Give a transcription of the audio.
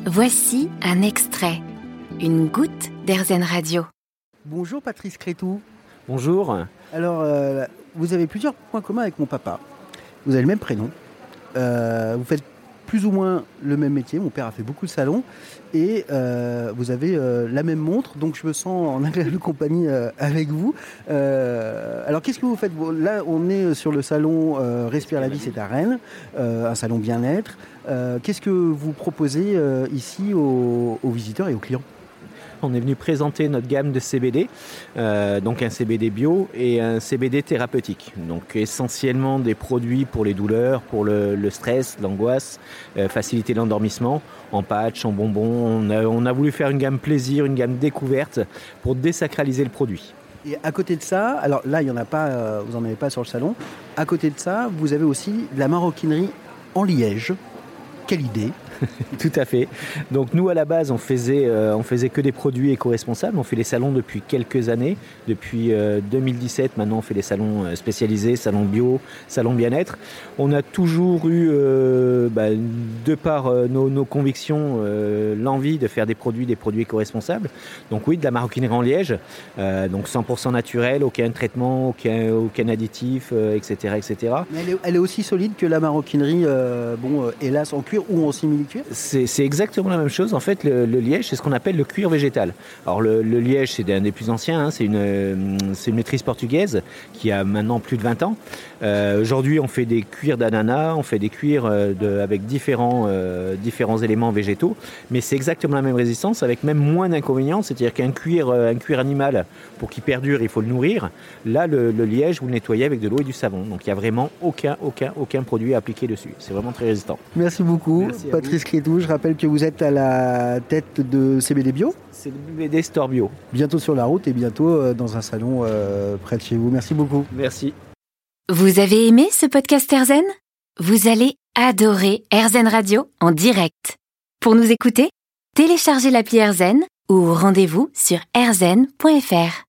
Voici un extrait, une goutte d'Airzen Radio. Bonjour Patrice Crétou. Bonjour. Alors, vous avez plusieurs points communs avec mon papa. Vous avez le même prénom. Vous faites plus ou moins le même métier. Mon père a fait beaucoup de salons. Et vous avez la même montre. Donc, je me sens en agréable compagnie avec vous. Alors, qu'est-ce que vous faites ? Là, on est sur le salon Respire la vie, c'est à Rennes. Un salon bien-être. Qu'est-ce que vous proposez ici aux visiteurs et aux clients ? On est venu présenter notre gamme de CBD, donc un CBD bio et un CBD thérapeutique. Donc essentiellement des produits pour les douleurs, pour le stress, l'angoisse, faciliter l'endormissement, en patch, en bonbons. On a voulu faire une gamme plaisir, une gamme découverte pour désacraliser le produit. Et à côté de ça, alors là il y en a pas, vous n'en avez pas sur le salon. À côté de ça, vous avez aussi de la maroquinerie en liège. Quelle idée! Tout à fait. Donc nous à la base on faisait que des produits éco-responsables. On fait les salons depuis quelques années. Depuis 2017 maintenant on fait des salons spécialisés, salons bio, salons bien-être. On a toujours eu, de par nos convictions, l'envie de faire des produits éco-responsables. Donc oui, de la maroquinerie en liège, donc 100% naturel, aucun traitement, aucun additif, etc. etc. Mais elle est aussi solide que la maroquinerie, hélas en cuir ou en simili-cuir. C'est exactement la même chose. En fait, le liège, c'est ce qu'on appelle le cuir végétal. Alors, le liège, c'est un des plus anciens. Hein. C'est une maîtrise portugaise qui a maintenant plus de 20 ans. Aujourd'hui, on fait des cuirs d'ananas, on fait des cuirs avec différents éléments végétaux. Mais c'est exactement la même résistance, avec même moins d'inconvénients. C'est-à-dire qu'un cuir animal, pour qu'il perdure, il faut le nourrir. Là, le liège, vous le nettoyez avec de l'eau et du savon. Donc, il n'y a vraiment aucun produit appliqué dessus. C'est vraiment très résistant. Merci beaucoup. Merci Patrice Crétou, je rappelle que vous êtes à la tête de CBD Bio. C'est le CBD Store Bio. Bientôt sur la route et bientôt dans un salon près de chez vous. Merci beaucoup. Merci. Vous avez aimé ce podcast Airzen ? Vous allez adorer Airzen Radio en direct. Pour nous écouter, téléchargez l'appli Airzen ou rendez-vous sur airzen.fr.